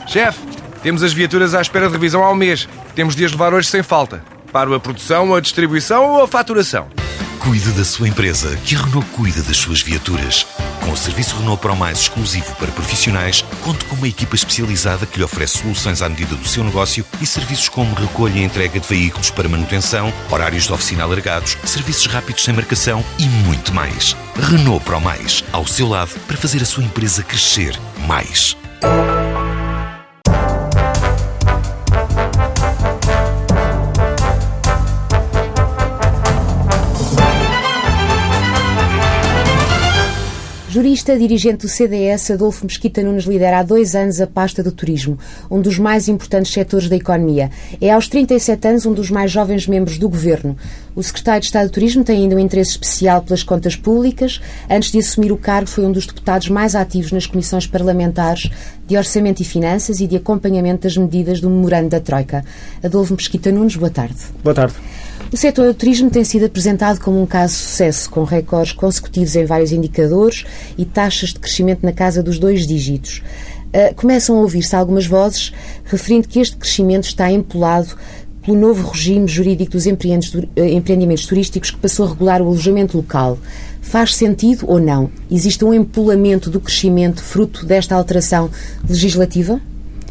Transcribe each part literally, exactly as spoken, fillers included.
Chefe, temos as viaturas à espera de revisão há um mês. Temos de as levar hoje sem falta. Paro a produção, a distribuição ou a faturação? Cuide da sua empresa, que a Renault cuida das suas viaturas. Com o serviço Renault Pro Mais exclusivo para profissionais, conte com uma equipa especializada que lhe oferece soluções à medida do seu negócio e serviços como recolha e entrega de veículos para manutenção, horários de oficina alargados, serviços rápidos sem marcação e muito mais. Renault Pro Mais, ao seu lado para fazer a sua empresa crescer mais. Jurista, dirigente do C D S, Adolfo Mesquita Nunes lidera há dois anos a pasta do turismo, um dos mais importantes setores da economia. É aos trinta e sete anos um dos mais jovens membros do Governo. O secretário de Estado do Turismo tem ainda um interesse especial pelas contas públicas. Antes de assumir o cargo, foi um dos deputados mais ativos nas comissões parlamentares de Orçamento e Finanças e de acompanhamento das medidas do memorando da Troika. Adolfo Mesquita Nunes, boa tarde. Boa tarde. O setor do turismo tem sido apresentado como um caso de sucesso, com recordes consecutivos em vários indicadores e taxas de crescimento na casa dos dois dígitos. Uh, começam a ouvir-se algumas vozes referindo que este crescimento está empolado pelo novo regime jurídico dos empreendimentos turísticos que passou a regular o alojamento local. Faz sentido ou não? Existe um empolamento do crescimento fruto desta alteração legislativa?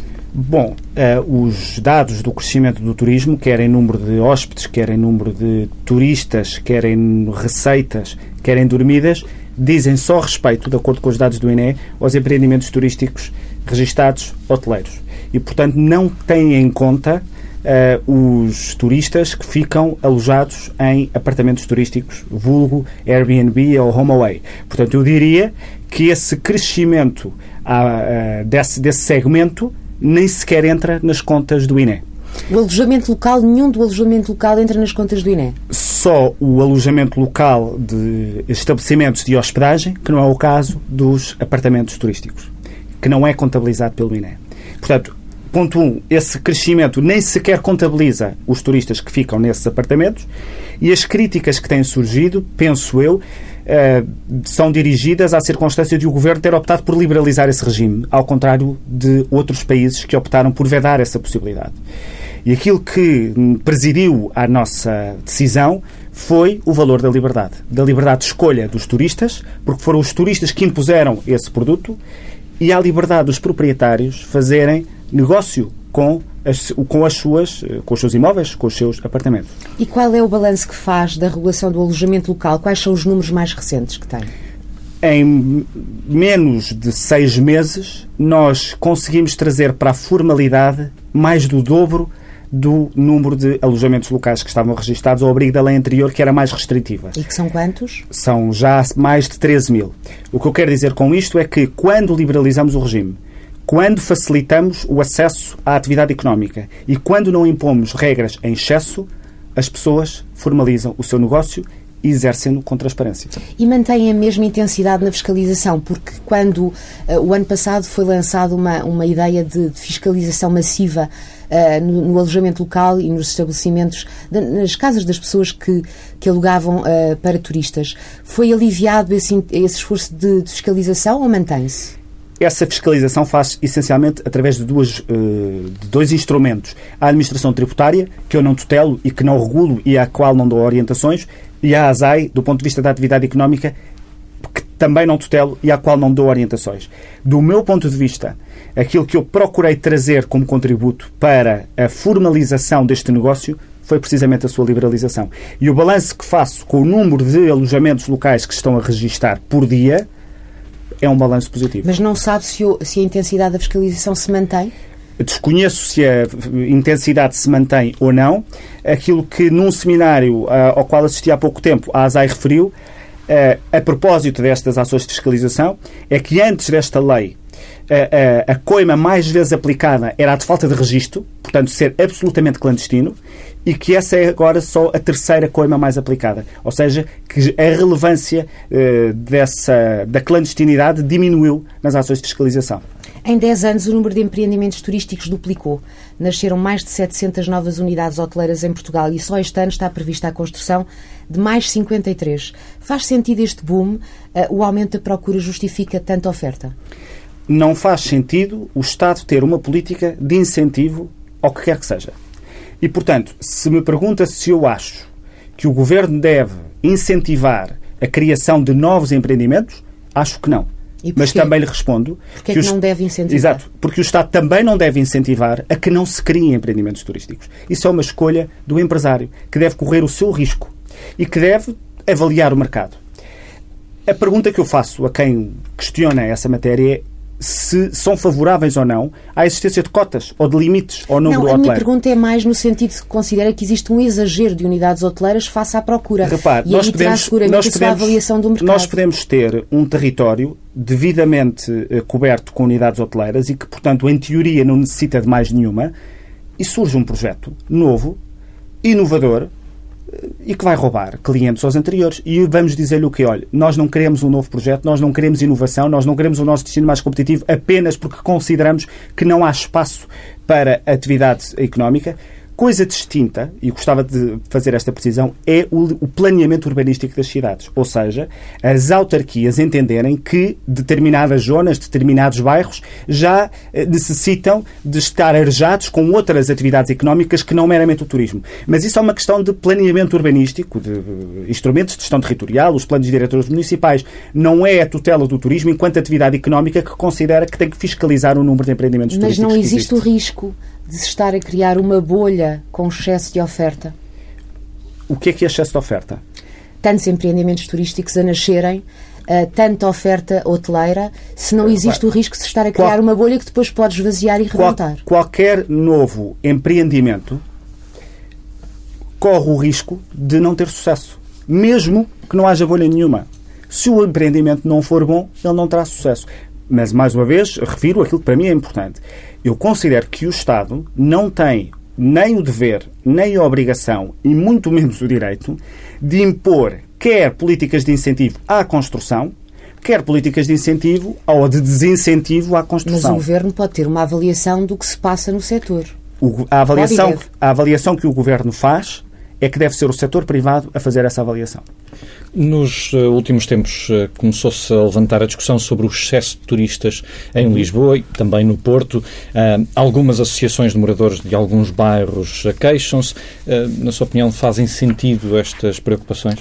Bom, uh, os dados do crescimento do turismo, quer em número de hóspedes, quer em número de turistas, quer em receitas, quer em dormidas, dizem só respeito, de acordo com os dados do I N E, aos empreendimentos turísticos registados hoteleiros. E, portanto, não têm em conta uh, os turistas que ficam alojados em apartamentos turísticos, vulgo Airbnb ou HomeAway. Portanto, eu diria que esse crescimento uh, desse, desse segmento nem sequer entra nas contas do I N E. O alojamento local, nenhum do alojamento local entra nas contas do I N E? Só o alojamento local de estabelecimentos de hospedagem, que não é o caso dos apartamentos turísticos, que não é contabilizado pelo I N E. Portanto, ponto um, esse crescimento nem sequer contabiliza os turistas que ficam nesses apartamentos e as críticas que têm surgido, penso eu, Uh, são dirigidas à circunstância de o Governo ter optado por liberalizar esse regime, ao contrário de outros países que optaram por vedar essa possibilidade. E aquilo que presidiu à nossa decisão foi o valor da liberdade. Da liberdade de escolha dos turistas, porque foram os turistas que impuseram esse produto, e à liberdade dos proprietários fazerem negócio com as, com as suas, com os seus imóveis, com os seus apartamentos. E qual é o balanço que faz da regulação do alojamento local? Quais são os números mais recentes que tem? Em menos de seis meses, nós conseguimos trazer para a formalidade mais do dobro do número de alojamentos locais que estavam registados ao abrigo da lei anterior, que era mais restritiva. E que são quantos? São já mais de treze mil. O que eu quero dizer com isto é que, quando liberalizamos o regime, quando facilitamos o acesso à atividade económica e quando não impomos regras em excesso, as pessoas formalizam o seu negócio e exercem-no com transparência. E mantêm a mesma intensidade na fiscalização, porque quando uh, o ano passado foi lançada uma, uma ideia de, de fiscalização massiva uh, no, no alojamento local e nos estabelecimentos, de, nas casas das pessoas que, que alugavam uh, para turistas, foi aliviado esse, esse esforço de, de fiscalização ou mantém-se? Essa fiscalização faz essencialmente através de, duas, de dois instrumentos. A administração tributária, que eu não tutelo e que não regulo e à qual não dou orientações, e a ASAI, do ponto de vista da atividade económica, que também não tutelo e à qual não dou orientações. Do meu ponto de vista, aquilo que eu procurei trazer como contributo para a formalização deste negócio foi precisamente a sua liberalização. E o balanço que faço com o número de alojamentos locais que estão a registar por dia é um balanço positivo. Mas não sabe se, o, se a intensidade da fiscalização se mantém? Desconheço se a intensidade se mantém ou não. Aquilo que num seminário uh, ao qual assisti há pouco tempo a ASAI referiu, uh, a propósito destas ações de fiscalização, é que antes desta lei a, a, a coima mais vezes aplicada era a de falta de registro, portanto ser absolutamente clandestino, e que essa é agora só a terceira coima mais aplicada. Ou seja, que a relevância uh, dessa, da clandestinidade diminuiu nas ações de fiscalização. Em dez anos, o número de empreendimentos turísticos duplicou. Nasceram mais de setecentas novas unidades hoteleiras em Portugal e só este ano está prevista a construção de mais cinquenta e três. Faz sentido este boom? Uh, o aumento da procura justifica tanta oferta? não faz sentido o Estado ter uma política de incentivo ao que quer que seja. E, portanto, se me pergunta se eu acho que o Governo deve incentivar a criação de novos empreendimentos, acho que não. Mas também lhe respondo... Porque é que, que não deve incentivar? Exato, porque o Estado também não deve incentivar a que não se criem empreendimentos turísticos. Isso é uma escolha do empresário, que deve correr o seu risco e que deve avaliar o mercado. A pergunta que eu faço a quem questiona essa matéria é se são favoráveis ou não à existência de cotas ou de limites ao número hoteleiro. Não, a minha pergunta é mais no sentido de que considera que existe um exagero de unidades hoteleiras face à procura. Repare, e nós aí podemos, terá seguramente nós a sua podemos, avaliação do mercado. Nós podemos ter um território devidamente eh, coberto com unidades hoteleiras e que, portanto, em teoria não necessita de mais nenhuma, e surge um projeto novo, inovador, e que vai roubar clientes aos anteriores. E vamos dizer-lhe o quê? Olha, nós não queremos um novo projeto, nós não queremos inovação, nós não queremos o nosso destino mais competitivo apenas porque consideramos que não há espaço para atividade económica. Coisa distinta, e gostava de fazer esta precisão, é o, o planeamento urbanístico das cidades. Ou seja, as autarquias entenderem que determinadas zonas, determinados bairros, já eh, necessitam de estar arejados com outras atividades económicas que não meramente o turismo. Mas isso é uma questão de planeamento urbanístico, de uh, instrumentos de gestão territorial, os planos diretores municipais. Não é a tutela do turismo enquanto atividade económica que considera que tem que fiscalizar o número de empreendimentos Mas turísticos. Mas não existe, existe o risco de se estar a criar uma bolha com excesso de oferta? O que é que é excesso de oferta? Tantos empreendimentos turísticos a nascerem, uh, tanta oferta hoteleira, se não existe Qual, o risco de se estar a criar qual, uma bolha que depois pode esvaziar e rebentar. Qual, qualquer novo empreendimento corre o risco de não ter sucesso, mesmo que não haja bolha nenhuma. Se o empreendimento não for bom, ele não terá sucesso. Mas, mais uma vez, refiro aquilo que para mim é importante. Eu considero que o Estado não tem nem o dever, nem a obrigação, e muito menos o direito, de impor quer políticas de incentivo à construção, quer políticas de incentivo ou de desincentivo à construção. Mas o Governo pode ter uma avaliação do que se passa no setor. O, a, avaliação, a avaliação que o Governo faz é que deve ser o setor privado a fazer essa avaliação. Nos uh, últimos tempos uh, começou-se a levantar a discussão sobre o excesso de turistas em Lisboa e também no Porto. Uh, algumas associações de moradores de alguns bairros uh, queixam-se. Uh, na sua opinião, fazem sentido estas preocupações?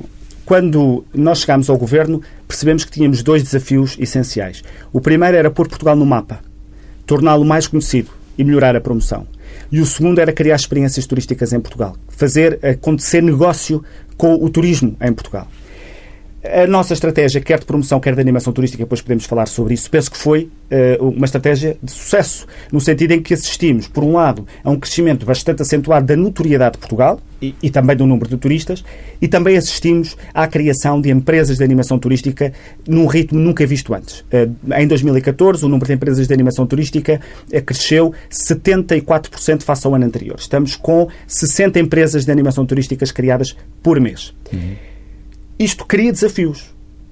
Quando nós chegámos ao Governo, percebemos que tínhamos dois desafios essenciais. O primeiro era pôr Portugal no mapa, torná-lo mais conhecido e melhorar a promoção. E o segundo era criar experiências turísticas em Portugal, fazer acontecer negócio com o turismo em Portugal. A nossa estratégia, quer de promoção, quer de animação turística, depois podemos falar sobre isso, penso que foi uh, uma estratégia de sucesso, no sentido em que assistimos, por um lado, a um crescimento bastante acentuado da notoriedade de Portugal e, e também do número de turistas, e também assistimos à criação de empresas de animação turística num ritmo nunca visto antes. Uh, em dois mil e catorze, o número de empresas de animação turística uh, cresceu setenta e quatro por cento face ao ano anterior. Estamos com sessenta empresas de animação turísticas criadas por mês. Uhum. Isto cria desafios,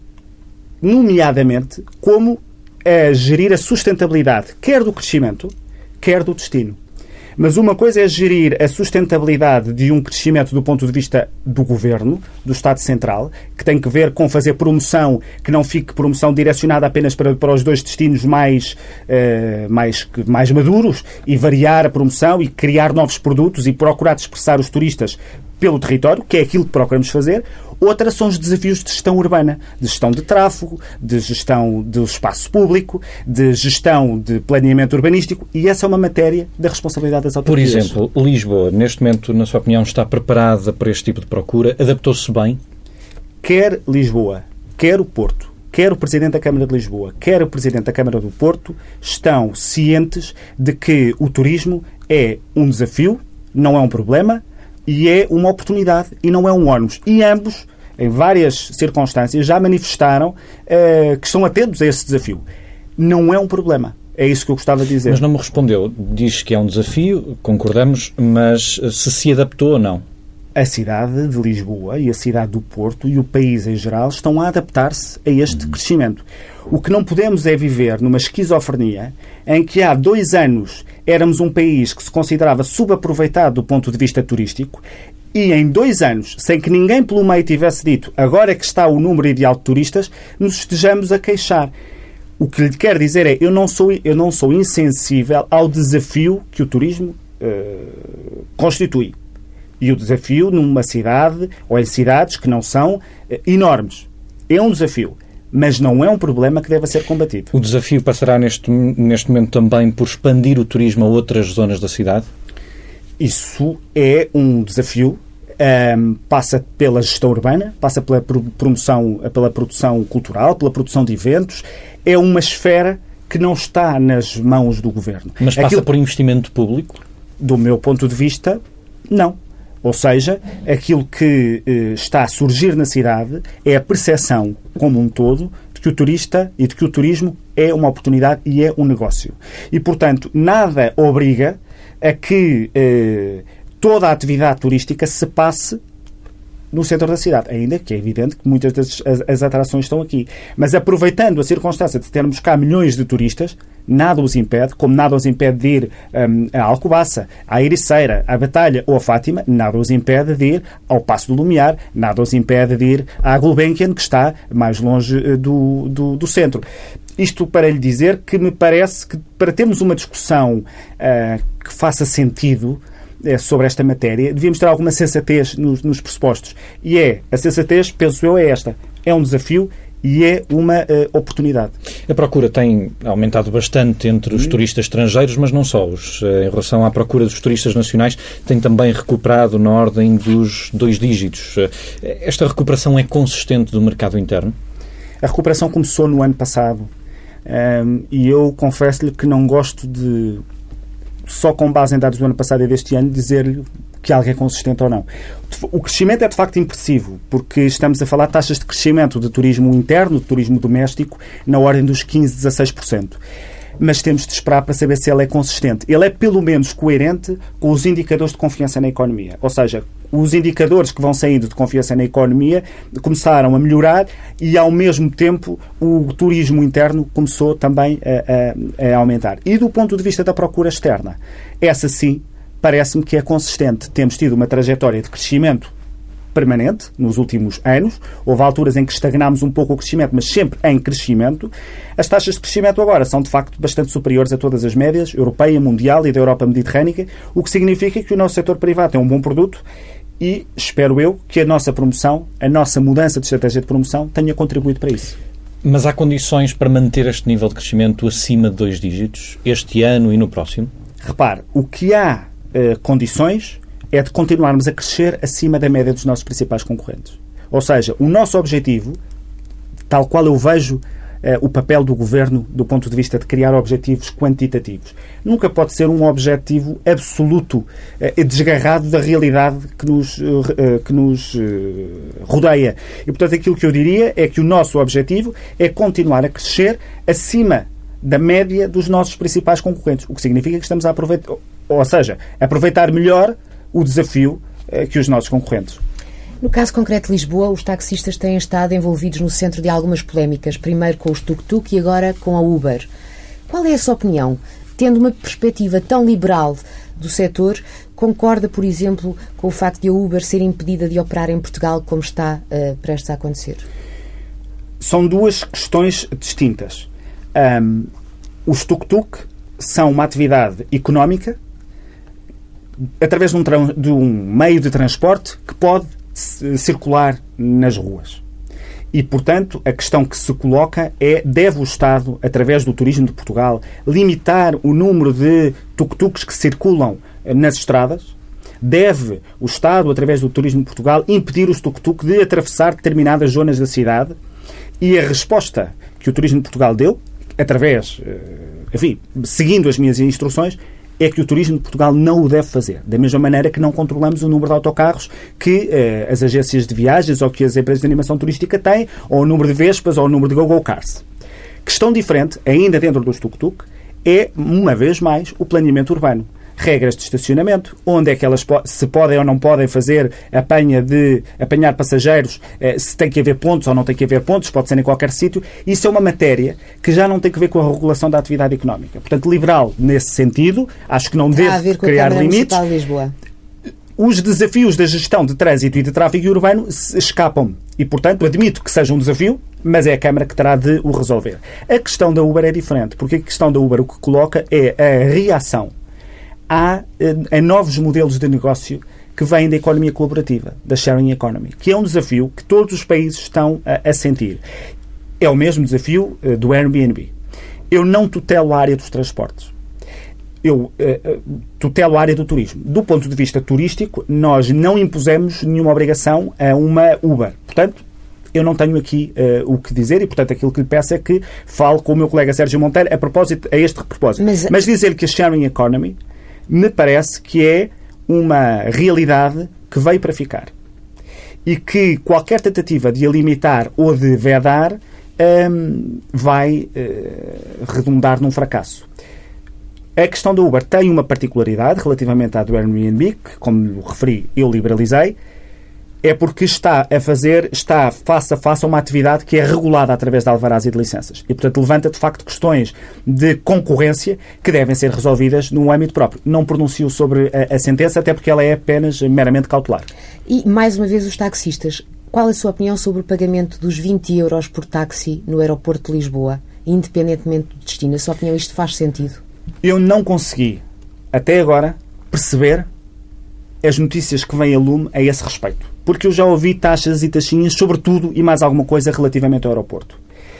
nomeadamente como a gerir a sustentabilidade, quer do crescimento, quer do destino. Mas uma coisa é gerir a sustentabilidade de um crescimento do ponto de vista do Governo, do Estado Central, que tem que ver com fazer promoção, que não fique promoção direcionada apenas para, para os dois destinos mais, uh, mais, mais maduros, e variar a promoção e criar novos produtos e procurar dispersar os turistas pelo território, que é aquilo que procuramos fazer. Outra são os desafios de gestão urbana, de gestão de tráfego, de gestão do espaço público, de gestão de planeamento urbanístico, e essa é uma matéria da responsabilidade das autarquias. Por exemplo, Lisboa, neste momento, na sua opinião, está preparada para este tipo de procura? Adaptou-se bem? Quer Lisboa, quer o Porto, quer o Presidente da Câmara de Lisboa, quer o Presidente da Câmara do Porto, estão cientes de que o turismo é um desafio, não é um problema, e é uma oportunidade e não é um ónus. E ambos, em várias circunstâncias, já manifestaram uh, que estão atentos a esse desafio. Não é um problema. É isso que eu gostava de dizer. Mas não me respondeu. Diz que é um desafio, concordamos, mas se se adaptou ou não? A cidade de Lisboa e a cidade do Porto e o país em geral estão a adaptar-se a este uhum. crescimento. O que não podemos é viver numa esquizofrenia em que há dois anos éramos um país que se considerava subaproveitado do ponto de vista turístico e em dois anos, sem que ninguém pelo meio tivesse dito agora é que está o número ideal de turistas, nos estejamos a queixar. O que lhe quero dizer é, eu não sou, eu não sou insensível ao desafio que o turismo uh, constitui. E o desafio numa cidade, ou em cidades que não são uh, enormes. É um desafio, mas não é um problema que deve ser combatido. O desafio passará neste, neste momento também por expandir o turismo a outras zonas da cidade? Isso é um desafio. Um, passa pela gestão urbana, passa pela promoção, pela produção cultural, pela produção de eventos. É uma esfera que não está nas mãos do Governo. Mas passa aquilo, por investimento público? Do meu ponto de vista, não. Ou seja, aquilo que eh, está a surgir na cidade é a percepção, como um todo, de que o turista e de que o turismo é uma oportunidade e é um negócio. E, portanto, nada obriga a que eh, toda a atividade turística se passe no centro da cidade, ainda que é evidente que muitas das as, as atrações estão aqui. Mas aproveitando a circunstância de termos cá milhões de turistas, nada os impede, como nada os impede de ir um, a Alcobaça, à Ericeira, à Batalha ou a Fátima, nada os impede de ir ao Paço do Lumiar, nada os impede de ir à Gulbenkian, que está mais longe uh, do, do, do centro. Isto para lhe dizer que me parece que para termos uma discussão uh, que faça sentido sobre esta matéria, devíamos ter alguma sensatez nos, nos pressupostos. E é, a sensatez, penso eu, é esta. É um desafio e é uma uh, oportunidade. A procura tem aumentado bastante entre os hum. turistas estrangeiros, mas não só. Os, em relação à procura dos turistas nacionais, tem também recuperado na ordem dos dois dígitos. Esta recuperação é consistente do mercado interno? A recuperação começou no ano passado. Um, e eu confesso-lhe que não gosto de, só com base em dados do ano passado e deste ano, dizer-lhe que algo é consistente ou não. O crescimento é de facto impressivo, porque estamos a falar de taxas de crescimento de turismo interno, de turismo doméstico, na ordem dos quinze, dezasseis por cento. Mas temos de esperar para saber se ele é consistente. Ele é pelo menos coerente com os indicadores de confiança na economia. Ou seja, os indicadores que vão saindo de confiança na economia começaram a melhorar e, ao mesmo tempo, o turismo interno começou também a, a, a aumentar. E do ponto de vista da procura externa, essa sim parece-me que é consistente. Temos tido uma trajetória de crescimento permanente nos últimos anos. Houve alturas em que estagnámos um pouco o crescimento, mas sempre em crescimento. As taxas de crescimento agora são, de facto, bastante superiores a todas as médias, europeia, mundial e da Europa mediterrânica, o que significa que o nosso setor privado tem um bom produto e, espero eu, que a nossa promoção, a nossa mudança de estratégia de promoção tenha contribuído para isso. Mas há condições para manter este nível de crescimento acima de dois dígitos, este ano e no próximo? Repare, o que há uh, condições é de continuarmos a crescer acima da média dos nossos principais concorrentes. Ou seja, o nosso objetivo, tal qual eu vejo eh, o papel do Governo do ponto de vista de criar objetivos quantitativos, nunca pode ser um objetivo absoluto, eh, desgarrado da realidade que nos, eh, que nos eh, rodeia. E, portanto, aquilo que eu diria é que o nosso objetivo é continuar a crescer acima da média dos nossos principais concorrentes, o que significa que estamos a aproveitar, ou seja, aproveitar melhor o desafio eh, que os nossos concorrentes. No caso concreto de Lisboa, os taxistas têm estado envolvidos no centro de algumas polémicas, primeiro com os tuk-tuk e agora com a Uber. Qual é a sua opinião? Tendo uma perspectiva tão liberal do setor, concorda, por exemplo, com o facto de a Uber ser impedida de operar em Portugal como está uh, prestes a acontecer? São duas questões distintas. Um, os tuk-tuk são uma atividade económica através de um, de um meio de transporte que pode circular nas ruas. E, portanto, a questão que se coloca é: deve o Estado, através do Turismo de Portugal, limitar o número de tuk-tuks que circulam nas estradas? Deve o Estado, através do Turismo de Portugal, impedir os tuk-tuk de atravessar determinadas zonas da cidade? E a resposta que o Turismo de Portugal deu, através, enfim, seguindo as minhas instruções, é que o Turismo de Portugal não o deve fazer. Da mesma maneira que não controlamos o número de autocarros que eh, as agências de viagens ou que as empresas de animação turística têm, ou o número de Vespas ou o número de Go-Go Cars. Questão diferente, ainda dentro dos tuk-tuk, é, uma vez mais, o planeamento urbano. Regras de estacionamento, onde é que elas se podem ou não podem fazer apanha de apanhar passageiros, se tem que haver pontos ou não tem que haver pontos, pode ser em qualquer sítio. Isso é uma matéria que já não tem que ver com a regulação da atividade económica. Portanto, liberal nesse sentido, acho que não deve criar limites. De Lisboa. Os desafios da gestão de trânsito e de tráfego urbano escapam-me. E, portanto, admito que seja um desafio, mas é a Câmara que terá de o resolver. A questão da Uber é diferente, porque a questão da Uber o que coloca é a reação a, a novos modelos de negócio que vêm da economia colaborativa, da sharing economy, que é um desafio que todos os países estão a, a sentir. É o mesmo desafio uh, do Airbnb. Eu não tutelo a área dos transportes. Eu uh, tutelo a área do turismo. Do ponto de vista turístico, nós não impusemos nenhuma obrigação a uma Uber. Portanto, eu não tenho aqui uh, o que dizer e, portanto, aquilo que lhe peço é que fale com o meu colega Sérgio Monteiro a, propósito, a este propósito. Mas, Mas dizer que a sharing economy me parece que é uma realidade que veio para ficar. E que qualquer tentativa de a limitar ou de vedar um, vai uh, redundar num fracasso. A questão da Uber tem uma particularidade relativamente à do Airbnb, que, como referi, eu liberalizei, é porque está a fazer, está face a face a uma atividade que é regulada através de alvarás e de licenças. E, portanto, levanta, de facto, questões de concorrência que devem ser resolvidas no âmbito próprio. Não pronuncio sobre a, a sentença, até porque ela é apenas meramente cautelar. E, mais uma vez, os taxistas. Qual é a sua opinião sobre o pagamento dos vinte euros por táxi no aeroporto de Lisboa, independentemente do destino? A sua opinião, isto faz sentido? Eu não consegui, até agora, perceber as notícias que vêm a lume a esse respeito. Porque eu já ouvi taxas e taxinhas sobre tudo e mais alguma coisa relativamente ao aeroporto.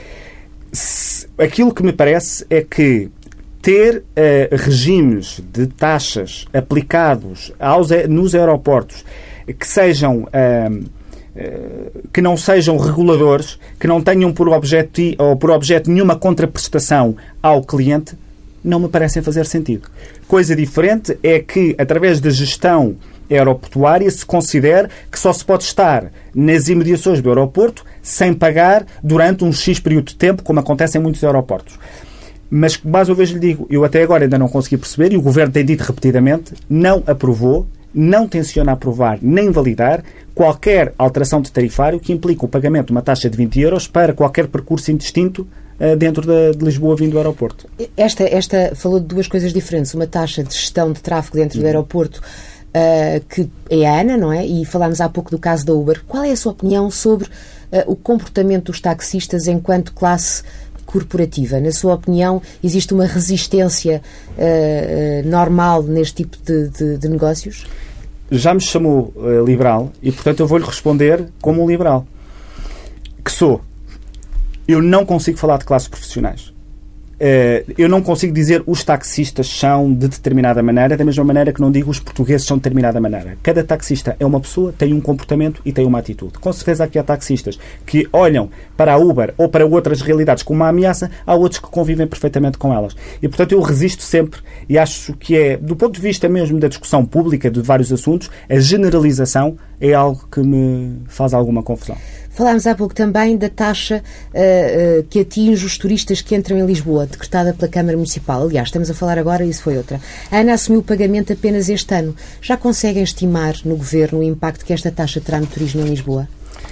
Se, aquilo que me parece é que ter uh, regimes de taxas aplicados aos, nos aeroportos que sejam... Uh, que não sejam reguladores, que não tenham por objeto, ou por objeto nenhuma contraprestação ao cliente, não me parecem fazer sentido. Coisa diferente é que, através da gestão aeroportuária, se considere que só se pode estar nas imediações do aeroporto sem pagar durante um X período de tempo, como acontece em muitos aeroportos. Mas, mais uma vez lhe digo, eu até agora ainda não consegui perceber, e o Governo tem dito repetidamente, não aprovou, não tenciona aprovar nem validar qualquer alteração de tarifário que implique o pagamento de uma taxa de vinte euros para qualquer percurso indistinto uh, dentro de, de Lisboa vindo do aeroporto. Esta, esta falou de duas coisas diferentes. Uma taxa de gestão de tráfego dentro do aeroporto, uh, que é a ANA, não é? E falámos há pouco do caso da Uber. Qual é a sua opinião sobre uh, o comportamento dos taxistas enquanto classe corporativa? Na sua opinião, existe uma resistência uh, uh, normal neste tipo de, de, de negócios? Já me chamou uh, liberal e, portanto, eu vou-lhe responder como um liberal. Que sou. Eu não consigo falar de classes profissionais. Uh, eu não consigo dizer os taxistas são de determinada maneira, da mesma maneira que não digo os portugueses são de determinada maneira. Cada taxista é uma pessoa, tem um comportamento e tem uma atitude. Com certeza aqui há taxistas que olham para a Uber ou para outras realidades como uma ameaça, há outros que convivem perfeitamente com elas. E, portanto, eu resisto sempre e acho que é, do ponto de vista mesmo da discussão pública de vários assuntos, a generalização é algo que me faz alguma confusão. Falámos há pouco também da taxa uh, uh, que atinge os turistas que entram em Lisboa, decretada pela Câmara Municipal. Aliás, estamos a falar agora, isso foi outra. A ANA assumiu o pagamento apenas este ano. Já conseguem estimar no Governo o impacto que esta taxa terá no turismo em Lisboa?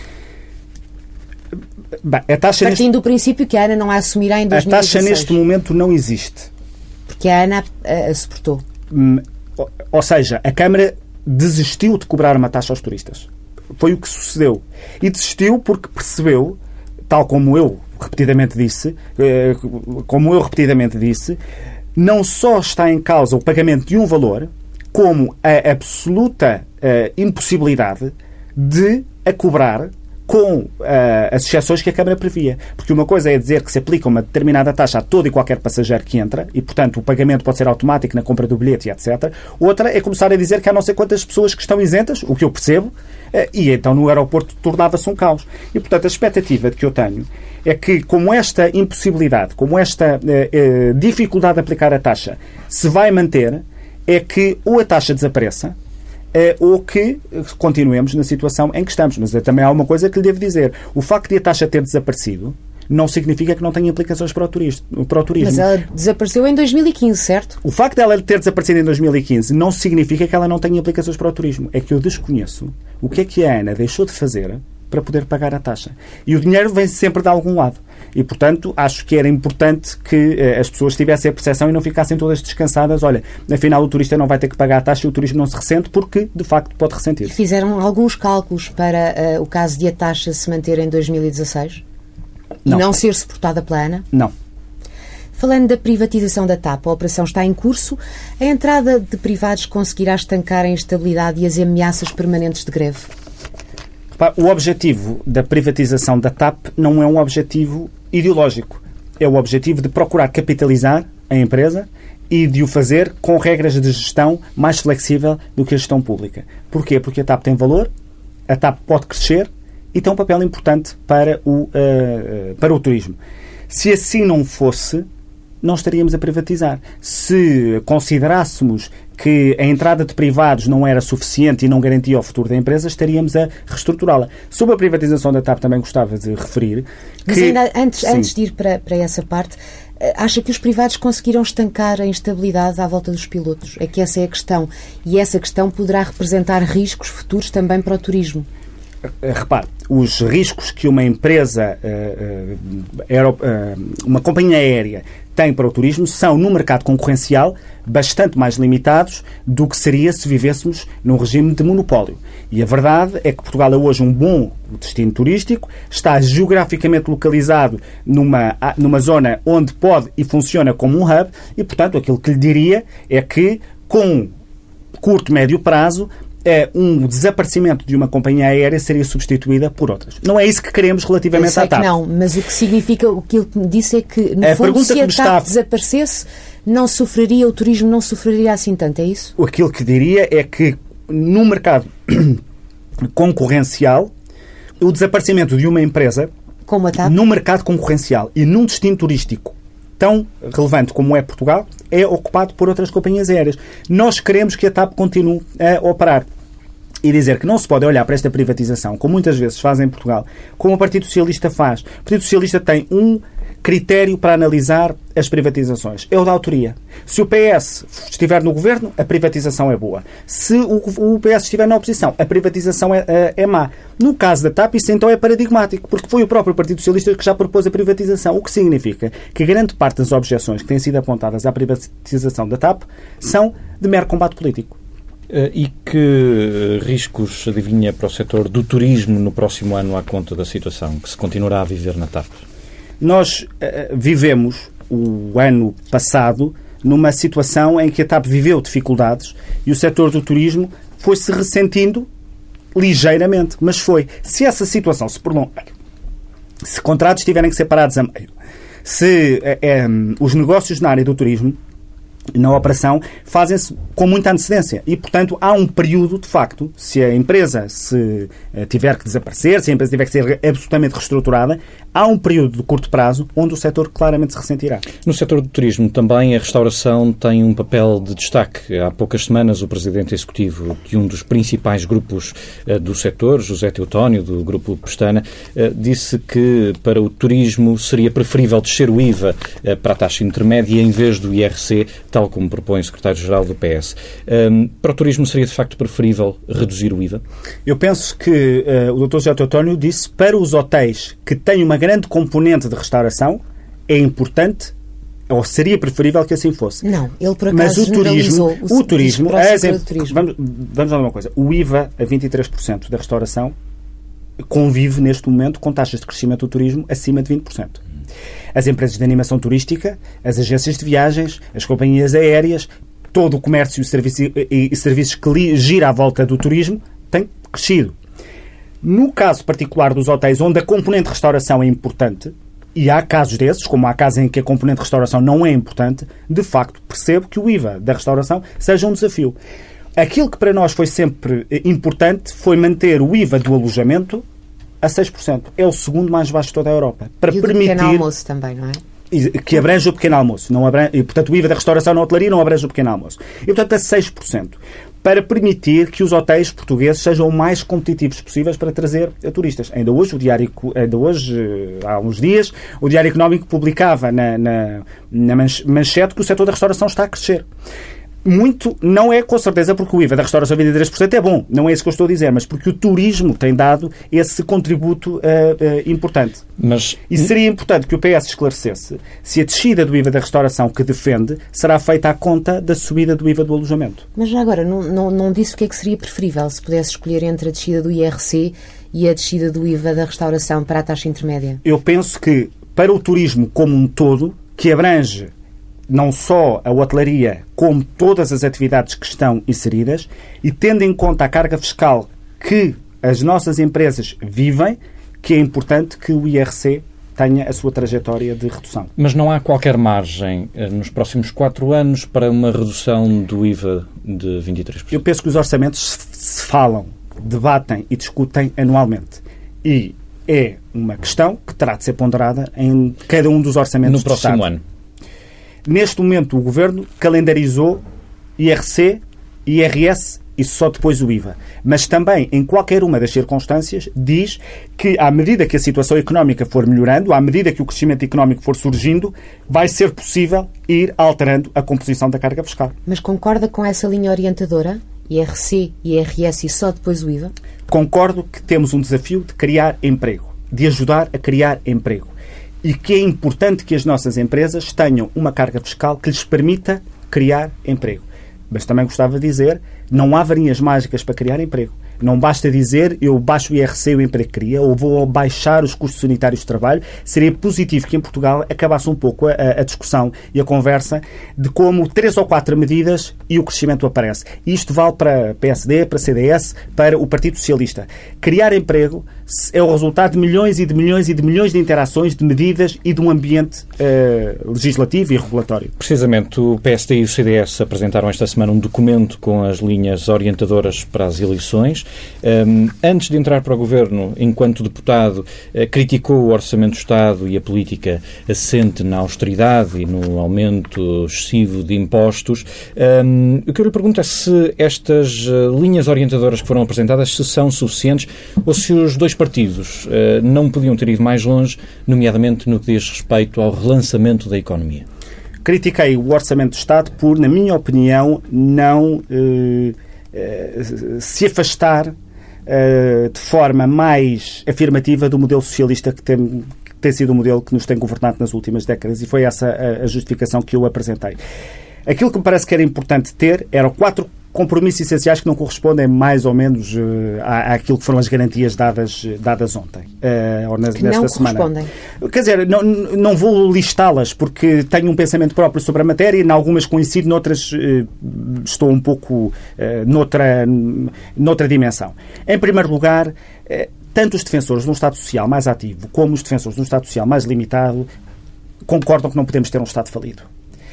Bem, a taxa Partindo neste... do princípio que a ANA não a assumirá em dois mil e dezasseis. A taxa neste momento não existe. Porque a ANA a, a suportou. Hum, ou seja, a Câmara desistiu de cobrar uma taxa aos turistas. Foi o que sucedeu. E desistiu porque percebeu, tal como eu repetidamente disse, como eu repetidamente disse, não só está em causa o pagamento de um valor, como a absoluta uh, impossibilidade de a cobrar com uh, as exceções que a Câmara previa. Porque uma coisa é dizer que se aplica uma determinada taxa a todo e qualquer passageiro que entra, e, portanto, o pagamento pode ser automático na compra do bilhete, etcétera. Outra é começar a dizer que há não sei quantas pessoas que estão isentas, o que eu percebo, uh, e então no aeroporto tornava-se um caos. E, portanto, a expectativa que eu tenho é que, como esta impossibilidade, como esta uh, uh, dificuldade de aplicar a taxa se vai manter, é que ou a taxa desapareça, Uh, ou que continuemos na situação em que estamos. Mas uh, também há uma coisa que lhe devo dizer. O facto de a taxa ter desaparecido não significa que não tenha implicações para o turismo. Para o turismo. Mas ela desapareceu em dois mil e quinze, certo? O facto de ela ter desaparecido em dois mil e quinze não significa que ela não tenha implicações para o turismo. É que eu desconheço o que é que a ANA deixou de fazer para poder pagar a taxa. E o dinheiro vem sempre de algum lado. E, portanto, acho que era importante que eh, as pessoas tivessem a percepção e não ficassem todas descansadas. Olha, afinal o turista não vai ter que pagar a taxa e o turismo não se ressente, porque, de facto, pode ressentir. Fizeram alguns cálculos para uh, o caso de a taxa se manter em dois mil e dezasseis? Não. E não ser suportada pela ANA? Não. Falando da privatização da TAP, a operação está em curso. A entrada de privados conseguirá estancar a instabilidade e as ameaças permanentes de greve? O objetivo da privatização da TAP não é um objetivo ideológico. É o objetivo de procurar capitalizar a empresa e de o fazer com regras de gestão mais flexível do que a gestão pública. Porquê? Porque a TAP tem valor, a TAP pode crescer e tem um papel importante para o, uh, para o turismo. Se assim não fosse, não estaríamos a privatizar. Se considerássemos que a entrada de privados não era suficiente e não garantia o futuro da empresa, estaríamos a reestruturá-la. Sobre a privatização da TAP também gostava de referir Mas que... ainda antes, antes de ir para, para essa parte, acha que os privados conseguiram estancar a instabilidade à volta dos pilotos? É que essa é a questão. E essa questão poderá representar riscos futuros também para o turismo. Repare, os riscos que uma empresa, uma companhia aérea tem para o turismo são, no mercado concorrencial, bastante mais limitados do que seria se vivêssemos num regime de monopólio. E a verdade é que Portugal é hoje um bom destino turístico, está geograficamente localizado numa, numa zona onde pode e funciona como um hub e, portanto, aquilo que lhe diria é que, com curto, médio prazo, É, um desaparecimento de uma companhia aérea seria substituída por outras. Não é isso que queremos relativamente à TAP. Eu sei que não, mas o que significa, o que ele me disse é que, no a fundo, se a TAP está... desaparecesse, não sofreria, o turismo não sofreria assim tanto, é isso? Aquilo que diria é que, no mercado concorrencial, o desaparecimento de uma empresa, como a TAP, no mercado concorrencial e num destino turístico tão relevante como é Portugal, é ocupado por outras companhias aéreas. Nós queremos que a TAP continue a operar. E dizer que não se pode olhar para esta privatização, como muitas vezes fazem em Portugal, como o Partido Socialista faz. O Partido Socialista tem um critério para analisar as privatizações. É o da autoria. Se o P S estiver no governo, a privatização é boa. Se o P S estiver na oposição, a privatização é, é, é má. No caso da TAP, isso então é paradigmático, porque foi o próprio Partido Socialista que já propôs a privatização, o que significa que grande parte das objeções que têm sido apontadas à privatização da TAP são de mero combate político. E que riscos adivinha para o setor do turismo no próximo ano à conta da situação que se continuará a viver na TAP? Nós uh, vivemos o ano passado numa situação em que a TAP viveu dificuldades e o setor do turismo foi-se ressentindo ligeiramente, mas foi. Se essa situação se prolongar, se contratos tiverem que ser parados a meio, se uh, um, os negócios na área do turismo, na operação, fazem-se com muita antecedência. E, portanto, há um período, de facto, se a empresa se tiver que desaparecer, se a empresa tiver que ser absolutamente reestruturada, há um período de curto prazo onde o setor claramente se ressentirá. No setor do turismo também a restauração tem um papel de destaque. Há poucas semanas o presidente executivo de um dos principais grupos uh, do setor, José Teutónio, do Grupo Pestana, uh, disse que para o turismo seria preferível descer o I V A uh, para a taxa intermédia em vez do I R C, tal como propõe o secretário-geral do P S. Um, para o turismo seria de facto preferível reduzir o I V A? Eu penso que uh, o doutor José Teutónio disse para os hotéis que têm uma grande componente de restauração é importante ou seria preferível que assim fosse. Não, ele por acaso Mas o turismo, o, o turismo, as em, turismo. Vamos, vamos lá uma coisa, o I V A a vinte e três por cento da restauração convive neste momento com taxas de crescimento do turismo acima de vinte por cento. As empresas de animação turística, as agências de viagens, as companhias aéreas, todo o comércio e, serviço, e, e serviços que gira à volta do turismo tem crescido. No caso particular dos hotéis, onde a componente de restauração é importante, e há casos desses, como há casos em que a componente de restauração não é importante, de facto percebo que o I V A da restauração seja um desafio. Aquilo que para nós foi sempre importante foi manter o I V A do alojamento a seis por cento. É o segundo mais baixo de toda a Europa. Para e o permitir... pequeno almoço também, não é? Que abrange o pequeno almoço. Não abrange... E, portanto, o I V A da restauração na hotelaria não abrange o pequeno almoço. E, portanto, a seis por cento. Para permitir que os hotéis portugueses sejam o mais competitivos possíveis para trazer a turistas. Ainda hoje, o diário, ainda hoje, há uns dias, o Diário Económico publicava na, na, na manchete que o setor da restauração está a crescer. Muito não é com certeza porque o I V A da restauração vinte e três por cento é bom, não é isso que eu estou a dizer, mas porque o turismo tem dado esse contributo uh, uh, importante. Mas... E seria importante que o P S esclarecesse se a descida do I V A da restauração que defende será feita à conta da subida do I V A do alojamento. Mas já agora, não, não, não disse o que é que seria preferível se pudesse escolher entre a descida do I R C e a descida do I V A da restauração para a taxa intermédia? Eu penso que para o turismo como um todo, que abrange não só a hotelaria, como todas as atividades que estão inseridas, e tendo em conta a carga fiscal que as nossas empresas vivem, que é importante que o I R C tenha a sua trajetória de redução. Mas não há qualquer margem eh, nos próximos quatro anos para uma redução do I V A de vinte e três por cento? Eu penso que os orçamentos se falam, debatem e discutem anualmente. E é uma questão que terá de ser ponderada em cada um dos orçamentos no próximo do Estado. ano. Neste momento, o Governo calendarizou I R C, I R S e só depois o I V A. Mas também, em qualquer uma das circunstâncias, diz que, à medida que a situação económica for melhorando, à medida que o crescimento económico for surgindo, vai ser possível ir alterando a composição da carga fiscal. Mas concorda com essa linha orientadora? I R C, I R S e só depois o I V A? Concordo que temos um desafio de criar emprego, de ajudar a criar emprego. E que é importante que as nossas empresas tenham uma carga fiscal que lhes permita criar emprego. Mas também gostava de dizer, não há varinhas mágicas para criar emprego. Não basta dizer, eu baixo o I R C e o emprego cria, ou vou baixar os custos sanitários de trabalho. Seria positivo que em Portugal acabasse um pouco a, a discussão e a conversa de como três ou quatro medidas e o crescimento aparece. E isto vale para P S D, para C D S, para o Partido Socialista. Criar emprego é o resultado de milhões e de milhões e de milhões de interações, de medidas e de um ambiente uh, legislativo e regulatório. Precisamente, o P S D e o C D S apresentaram esta semana um documento com as linhas orientadoras para as eleições. Um, antes de entrar para o Governo, enquanto deputado, uh, criticou o Orçamento do Estado e a política assente na austeridade e no aumento excessivo de impostos. Um, o que eu lhe pergunto é se estas uh, linhas orientadoras que foram apresentadas se são suficientes ou se os dois partidos uh, não podiam ter ido mais longe, nomeadamente no que diz respeito ao relançamento da economia. Critiquei o Orçamento do Estado por, na minha opinião, não eh, eh, se afastar eh, de forma mais afirmativa do modelo socialista que tem, que tem sido o modelo que nos tem governado nas últimas décadas, e foi essa a, a justificação que eu apresentei. Aquilo que me parece que era importante ter eram quatro compromissos essenciais que não correspondem mais ou menos uh, à, àquilo que foram as garantias dadas, dadas ontem, uh, ou na, que nesta não semana. Correspondem. Quer dizer, não, não vou listá-las porque tenho um pensamento próprio sobre a matéria e em algumas coincido, noutras uh, estou um pouco uh, noutra, noutra dimensão. Em primeiro lugar, uh, tanto os defensores de um Estado Social mais ativo como os defensores de um Estado Social mais limitado concordam que não podemos ter um Estado falido.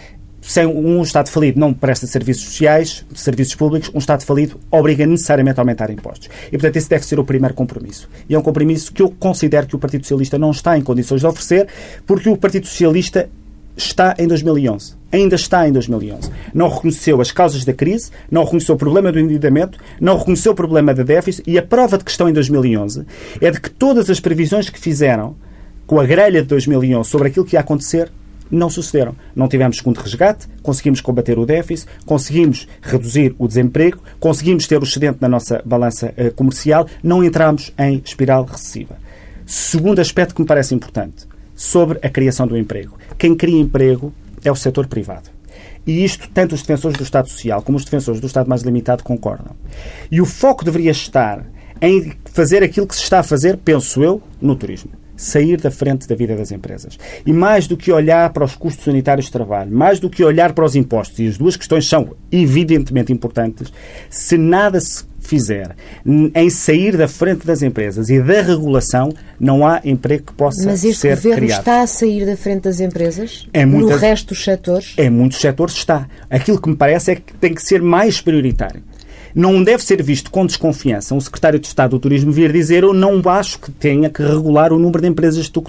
Sem um Estado falido não presta serviços sociais, serviços públicos, um Estado falido obriga necessariamente a aumentar impostos. E, portanto, esse deve ser o primeiro compromisso. E é um compromisso que eu considero que o Partido Socialista não está em condições de oferecer, porque o Partido Socialista está em dois mil e onze. Ainda está em dois mil e onze. Não reconheceu as causas da crise, não reconheceu o problema do endividamento, não reconheceu o problema da déficit, e a prova de que estão em dois mil e onze é de que todas as previsões que fizeram com a grelha de dois mil e onze sobre aquilo que ia acontecer não sucederam. Não tivemos segundo resgate, conseguimos combater o déficit, conseguimos reduzir o desemprego, conseguimos ter o excedente na nossa balança uh, comercial, não entramos em espiral recessiva. Segundo aspecto que me parece importante, sobre a criação do emprego. Quem cria emprego é o setor privado. E isto, tanto os defensores do Estado Social como os defensores do Estado mais limitado concordam. E o foco deveria estar em fazer aquilo que se está a fazer, penso eu, no turismo. Sair da frente da vida das empresas. E mais do que olhar para os custos sanitários de trabalho, mais do que olhar para os impostos, e as duas questões são evidentemente importantes, se nada se fizer em sair da frente das empresas e da regulação, não há emprego que possa ser criado. Mas este governo está a sair da frente das empresas? É muita, no resto dos setores? Em muitos setores está. Aquilo que me parece é que tem que ser mais prioritário. Não deve ser visto com desconfiança um secretário de Estado do Turismo vir dizer eu não acho que tenha que regular o número de empresas de tuk-tuk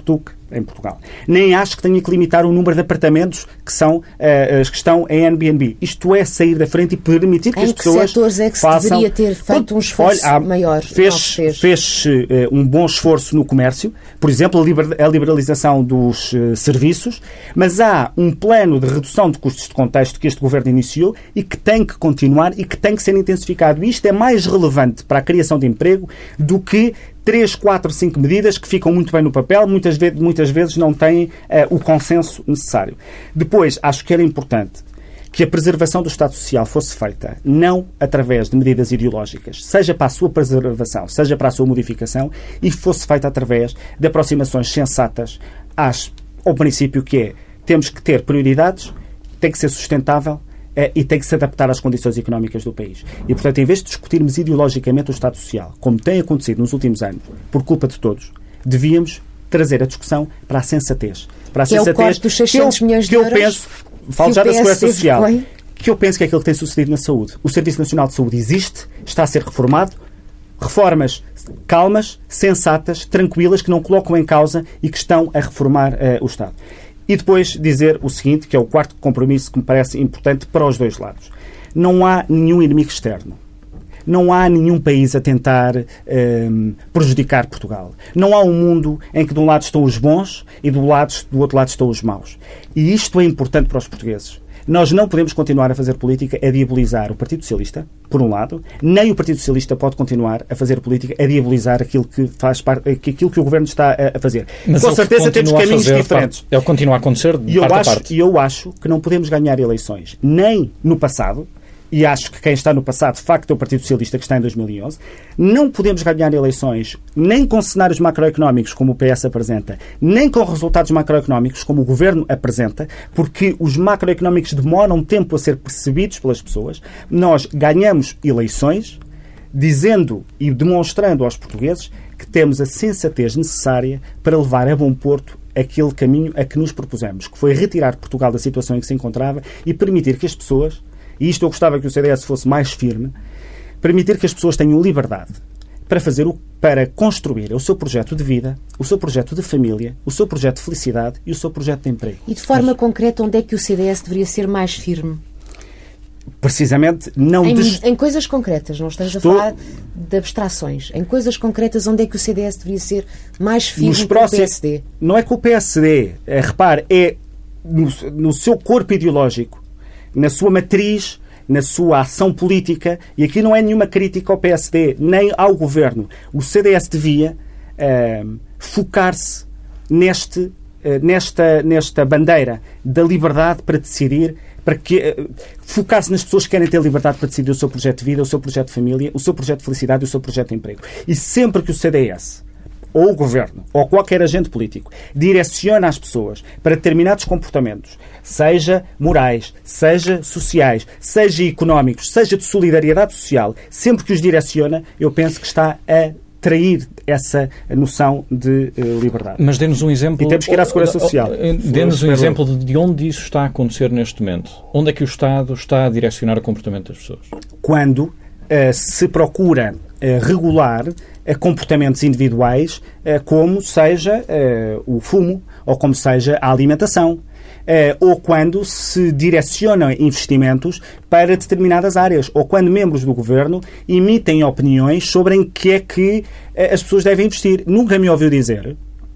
em Portugal. Nem acho que tenha que limitar o número de apartamentos que, são, uh, que estão em Airbnb. Isto é sair da frente e permitir que em as que pessoas setores é que se façam... deveria ter feito um esforço Olha, há, maior? Fez, fez. fez uh, um bom esforço no comércio, por exemplo, a, liber, a liberalização dos uh, serviços, mas há um plano de redução de custos de contexto que este Governo iniciou e que tem que continuar e que tem que ser intensificado. E isto é mais relevante para a criação de emprego do que três, quatro, cinco medidas que ficam muito bem no papel, muitas vezes, muitas vezes não têm uh, o consenso necessário. Depois, acho que era importante que a preservação do Estado Social fosse feita não através de medidas ideológicas, seja para a sua preservação, seja para a sua modificação, e fosse feita através de aproximações sensatas às, ao princípio que é, temos que ter prioridades, tem que ser sustentável, e tem que se adaptar às condições económicas do país. E, portanto, em vez de discutirmos ideologicamente o Estado Social, como tem acontecido nos últimos anos, por culpa de todos, devíamos trazer a discussão para a sensatez. Para a que sensatez é o corte dos seiscentos milhões de que eu euros. Penso, falo já da Segurança Social. Foi? Que eu penso que é aquilo que tem sucedido na saúde. O Serviço Nacional de Saúde existe, está a ser reformado, reformas calmas, sensatas, tranquilas, que não colocam em causa e que estão a reformar uh, o Estado. E depois dizer o seguinte, que é o quarto compromisso que me parece importante para os dois lados. Não há nenhum inimigo externo. Não há nenhum país a tentar um, prejudicar Portugal. Não há um mundo em que de um lado estão os bons e do, lado, do outro lado estão os maus. E isto é importante para os portugueses. Nós não podemos continuar a fazer política a diabolizar o Partido Socialista, por um lado, nem o Partido Socialista pode continuar a fazer política a diabolizar aquilo que faz parte, aquilo que o Governo está a fazer. Mas com certeza temos caminhos diferentes. É o que continua a acontecer de e eu parte acho, a parte. E eu acho que não podemos ganhar eleições nem no passado, e acho que quem está no passado, de facto, é o Partido Socialista, que está em dois mil e onze. Não podemos ganhar eleições nem com cenários macroeconómicos, como o P S apresenta, nem com resultados macroeconómicos, como o Governo apresenta, porque os macroeconómicos demoram tempo a ser percebidos pelas pessoas. Nós ganhamos eleições dizendo e demonstrando aos portugueses que temos a sensatez necessária para levar a bom porto aquele caminho a que nos propusemos, que foi retirar Portugal da situação em que se encontrava e permitir que as pessoas, e isto eu gostava que o C D S fosse mais firme, permitir que as pessoas tenham liberdade para fazer o, para construir o seu projeto de vida, o seu projeto de família, o seu projeto de felicidade e o seu projeto de emprego. E de forma Mas, concreta, onde é que o C D S deveria ser mais firme? Precisamente não... Em, des... em coisas concretas, não estamos Estou... a falar de abstrações. Em coisas concretas, onde é que o C D S deveria ser mais firme que próximos... o P S D? Não é que o P S D, é, repare, é no, no seu corpo ideológico, na sua matriz, na sua ação política, e aqui não é nenhuma crítica ao P S D, nem ao Governo. O C D S devia uh, focar-se neste, uh, nesta, nesta bandeira da liberdade para decidir, para que uh, focar-se nas pessoas que querem ter liberdade para decidir o seu projeto de vida, o seu projeto de família, o seu projeto de felicidade e o seu projeto de emprego. E sempre que o C D S ou o Governo, ou qualquer agente político, direciona as pessoas para determinados comportamentos, seja morais, seja sociais, seja económicos, seja de solidariedade social, sempre que os direciona, eu penso que está a trair essa noção de uh, liberdade. Mas dê-nos um exemplo... E temos que ir à Segurança Social. Dê-nos um exemplo de onde isso está a acontecer neste momento. Onde é que o Estado está a direcionar o comportamento das pessoas? Quando uh, se procura uh, regular a comportamentos individuais, como seja o fumo, ou como seja a alimentação, ou quando se direcionam investimentos para determinadas áreas, ou quando membros do Governo emitem opiniões sobre em que é que as pessoas devem investir. Nunca me ouviu dizer: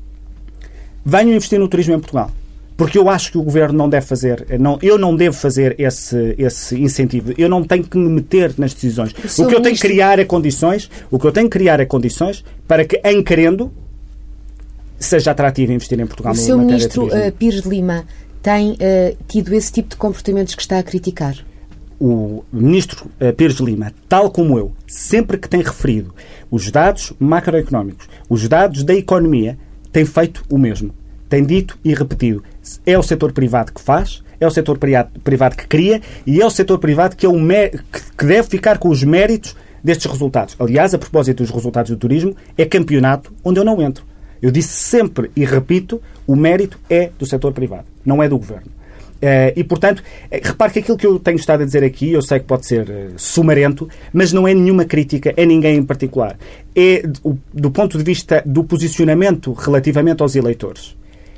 venham investir no turismo em Portugal. Porque eu acho que o Governo não deve fazer, não, eu não devo fazer esse, esse incentivo. Eu não tenho que me meter nas decisões. O, o que eu ministro... tenho que criar é condições, o que eu tenho que criar é condições para que, em querendo, seja atrativo investir em Portugal. O seu ministro uh, Pires de Lima tem uh, tido esse tipo de comportamentos que está a criticar? O ministro uh, Pires de Lima, tal como eu, sempre que tem referido os dados macroeconómicos, os dados da economia, tem feito o mesmo. Tem dito e repetido. É o setor privado que faz, é o setor privado que cria e é o setor privado que, é o que deve ficar com os méritos destes resultados. Aliás, a propósito dos resultados do turismo, é campeonato onde eu não entro. Eu disse sempre e repito, o mérito é do setor privado, não é do Governo. E, portanto, repare que aquilo que eu tenho estado a dizer aqui, eu sei que pode ser sumarento, mas não é nenhuma crítica a ninguém em particular. É do ponto de vista do posicionamento relativamente aos eleitores.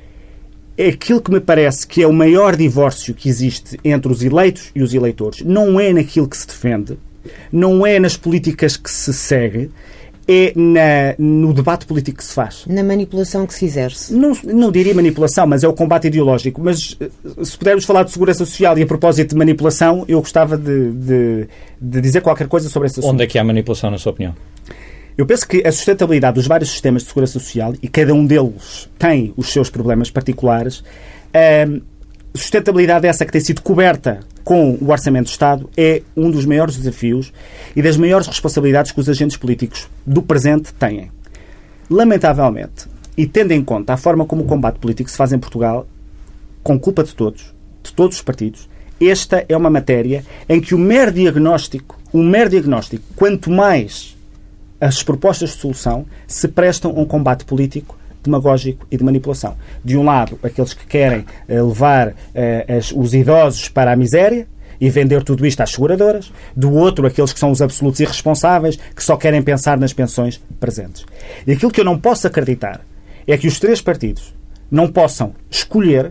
é aquilo que me parece que é o maior divórcio que existe entre os eleitos e os eleitores. Não é naquilo que se defende, não é nas políticas que se segue, é na, no debate político que se faz. Na manipulação que se exerce. Não, não diria manipulação, mas é o combate ideológico. Mas se pudermos falar de segurança social e a propósito de manipulação, eu gostava de, de, de dizer qualquer coisa sobre esse assunto. Onde é que há manipulação, na sua opinião? Eu penso que a sustentabilidade dos vários sistemas de segurança social, e cada um deles tem os seus problemas particulares, a sustentabilidade essa que tem sido coberta com o Orçamento do Estado é um dos maiores desafios e das maiores responsabilidades que os agentes políticos do presente têm. Lamentavelmente, e tendo em conta a forma como o combate político se faz em Portugal, com culpa de todos, de todos os partidos, esta é uma matéria em que o mero diagnóstico, o mero diagnóstico, quanto mais as propostas de solução se prestam a um combate político, demagógico e de manipulação. De um lado, aqueles que querem uh, levar uh, as, os idosos para a miséria e vender tudo isto às seguradoras. Do outro, aqueles que são os absolutos irresponsáveis, que só querem pensar nas pensões presentes. E aquilo que eu não posso acreditar é que os três partidos não possam escolher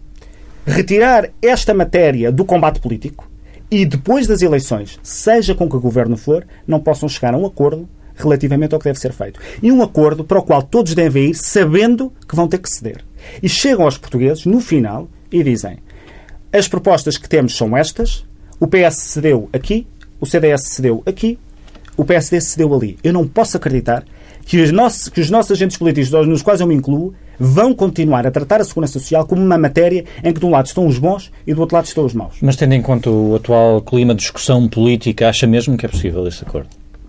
retirar esta matéria do combate político e depois das eleições, seja com que governo for, não possam chegar a um acordo relativamente ao que deve ser feito. E um acordo para o qual todos devem ir sabendo que vão ter que ceder. E chegam aos portugueses, no final, e dizem: as propostas que temos são estas, o P S cedeu aqui, o C D S cedeu aqui, o P S D cedeu ali. Eu não posso acreditar que os nossos, que os nossos agentes políticos, nos quais eu me incluo, vão continuar a tratar a segurança social como uma matéria em que de um lado estão os bons e do outro lado estão os maus. Mas tendo em conta o atual clima de discussão política, acha mesmo que é possível esse acordo?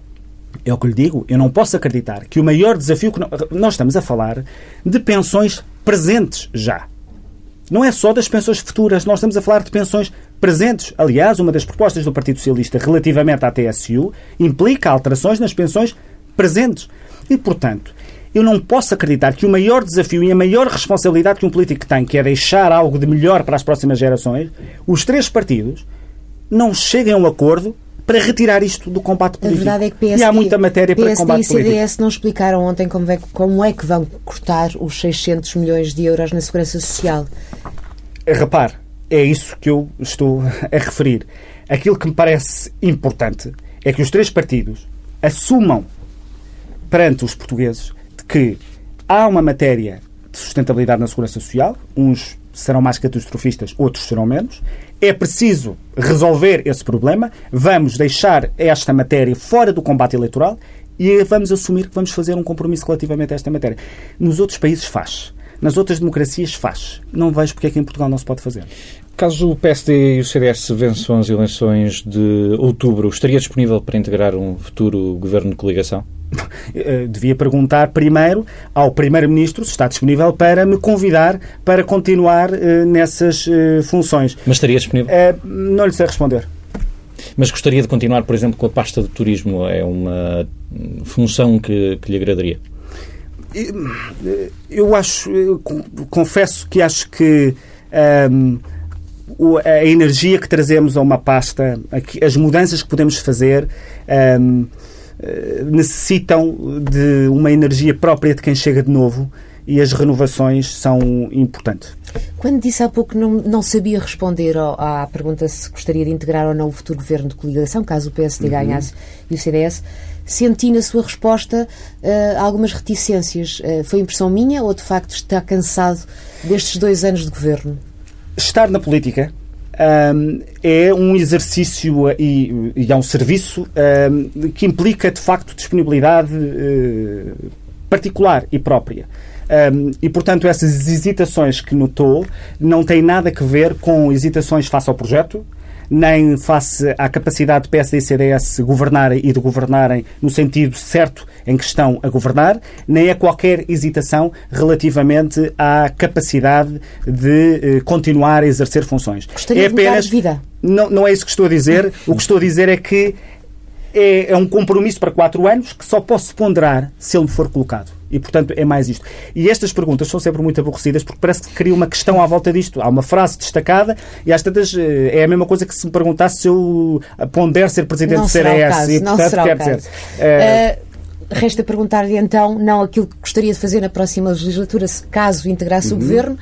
É o que lhe digo. Eu não posso acreditar que o maior desafio que nós estamos a falar de pensões presentes já. Não é só das pensões futuras. Nós estamos a falar de pensões presentes. Aliás, uma das propostas do Partido Socialista relativamente à T S U implica alterações nas pensões presentes. E, portanto, eu não posso acreditar que o maior desafio e a maior responsabilidade que um político tem, que é deixar algo de melhor para as próximas gerações, os três partidos não cheguem a um acordo para retirar isto do combate político. A verdade é que P S D, e há muita matéria para combate político. P S D e C D S não explicaram ontem como é, como é que vão cortar os seiscentos milhões de euros na Segurança Social. Repare, é isso que eu estou a referir. Aquilo que me parece importante é que os três partidos assumam perante os portugueses de que há uma matéria de sustentabilidade na Segurança Social, uns serão mais catastrofistas, outros serão menos. É preciso resolver esse problema. Vamos deixar esta matéria fora do combate eleitoral e vamos assumir que vamos fazer um compromisso relativamente a esta matéria. Nos outros países faz. Nas outras democracias faz. Não vejo porque é que em Portugal não se pode fazer. Caso o P S D e o C D S vençam as eleições de outubro, estaria disponível para integrar um futuro governo de coligação? Devia perguntar primeiro ao Primeiro-Ministro se está disponível para me convidar para continuar uh, nessas uh, funções. Mas estaria disponível? Uh, não lhe sei responder. Mas gostaria de continuar, por exemplo, com a pasta de turismo? É uma função que, que lhe agradaria? Eu, eu acho, eu confesso que acho que um, a energia que trazemos a uma pasta, as mudanças que podemos fazer, um, necessitam de uma energia própria de quem chega de novo e as renovações são importantes. Quando disse há pouco que não, não sabia responder ao, à pergunta se gostaria de integrar ou não o futuro governo de coligação, caso o P S D uhum. ganhasse e o C D S, senti na sua resposta uh, algumas reticências. Uh, foi impressão minha ou de facto está cansado destes dois anos de governo? Estar na política Um, é um exercício e, e é um serviço um, que implica, de facto, disponibilidade uh, particular e própria. Um, e, portanto, essas hesitações que notou não têm nada a ver com hesitações face ao projeto, nem face à capacidade de P S D e C D S governarem e de governarem no sentido certo em que estão a governar, nem é qualquer hesitação relativamente à capacidade de eh, continuar a exercer funções. Gostaria é apenas, de mudar de vida. Não, não é isso que estou a dizer. O que estou a dizer é que é, é um compromisso para quatro anos que só posso ponderar se ele me for colocado. E, portanto, é mais isto. E estas perguntas são sempre muito aborrecidas porque parece que cria uma questão à volta disto. Há uma frase destacada e às tantas é a mesma coisa que se me perguntasse se eu pondero ser presidente do C D S. E, portanto, não quer dizer... É... Uh, resta perguntar-lhe, então, não aquilo que gostaria de fazer na próxima legislatura, se caso integrasse uhum. o governo,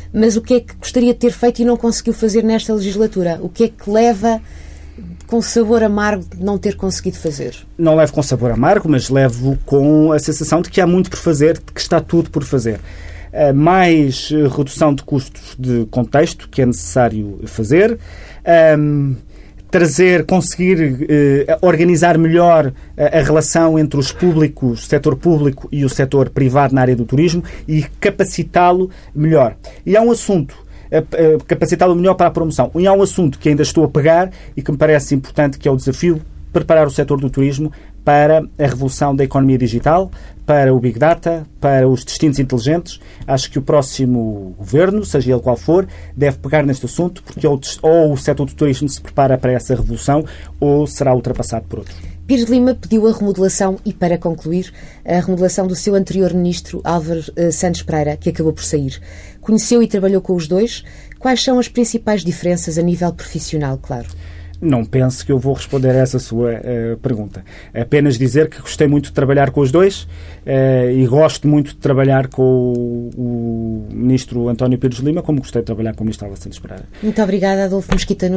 mas o que é que gostaria de ter feito e não conseguiu fazer nesta legislatura? O que é que leva com sabor amargo de não ter conseguido fazer? Não levo com sabor amargo, mas levo com a sensação de que há muito por fazer, de que está tudo por fazer. Uh, mais uh, redução de custos de contexto, que é necessário fazer. Um, trazer, conseguir uh, organizar melhor uh, a relação entre os públicos, o setor público e o setor privado na área do turismo e capacitá-lo melhor. E há um assunto, uh, uh, capacitá-lo melhor para a promoção. E há um assunto que ainda estou a pegar e que me parece importante, que é o desafio preparar o setor do turismo para a revolução da economia digital, para o Big Data, para os destinos inteligentes. Acho que o próximo governo, seja ele qual for, deve pegar neste assunto, porque ou, ou o setor do turismo se prepara para essa revolução ou será ultrapassado por outros. Pires de Lima pediu a remodelação e, para concluir, a remodelação do seu anterior ministro, Álvaro uh, Santos Pereira, que acabou por sair. Conheceu e trabalhou com os dois. Quais são as principais diferenças a nível profissional, claro? Não penso que eu vou responder a essa sua uh, pergunta. Apenas dizer que gostei muito de trabalhar com os dois uh, e gosto muito de trabalhar com o, o ministro António Pires de Lima, como gostei de trabalhar com o ministro Álvaro Santos Pereira. Muito obrigada, Adolfo Mesquita.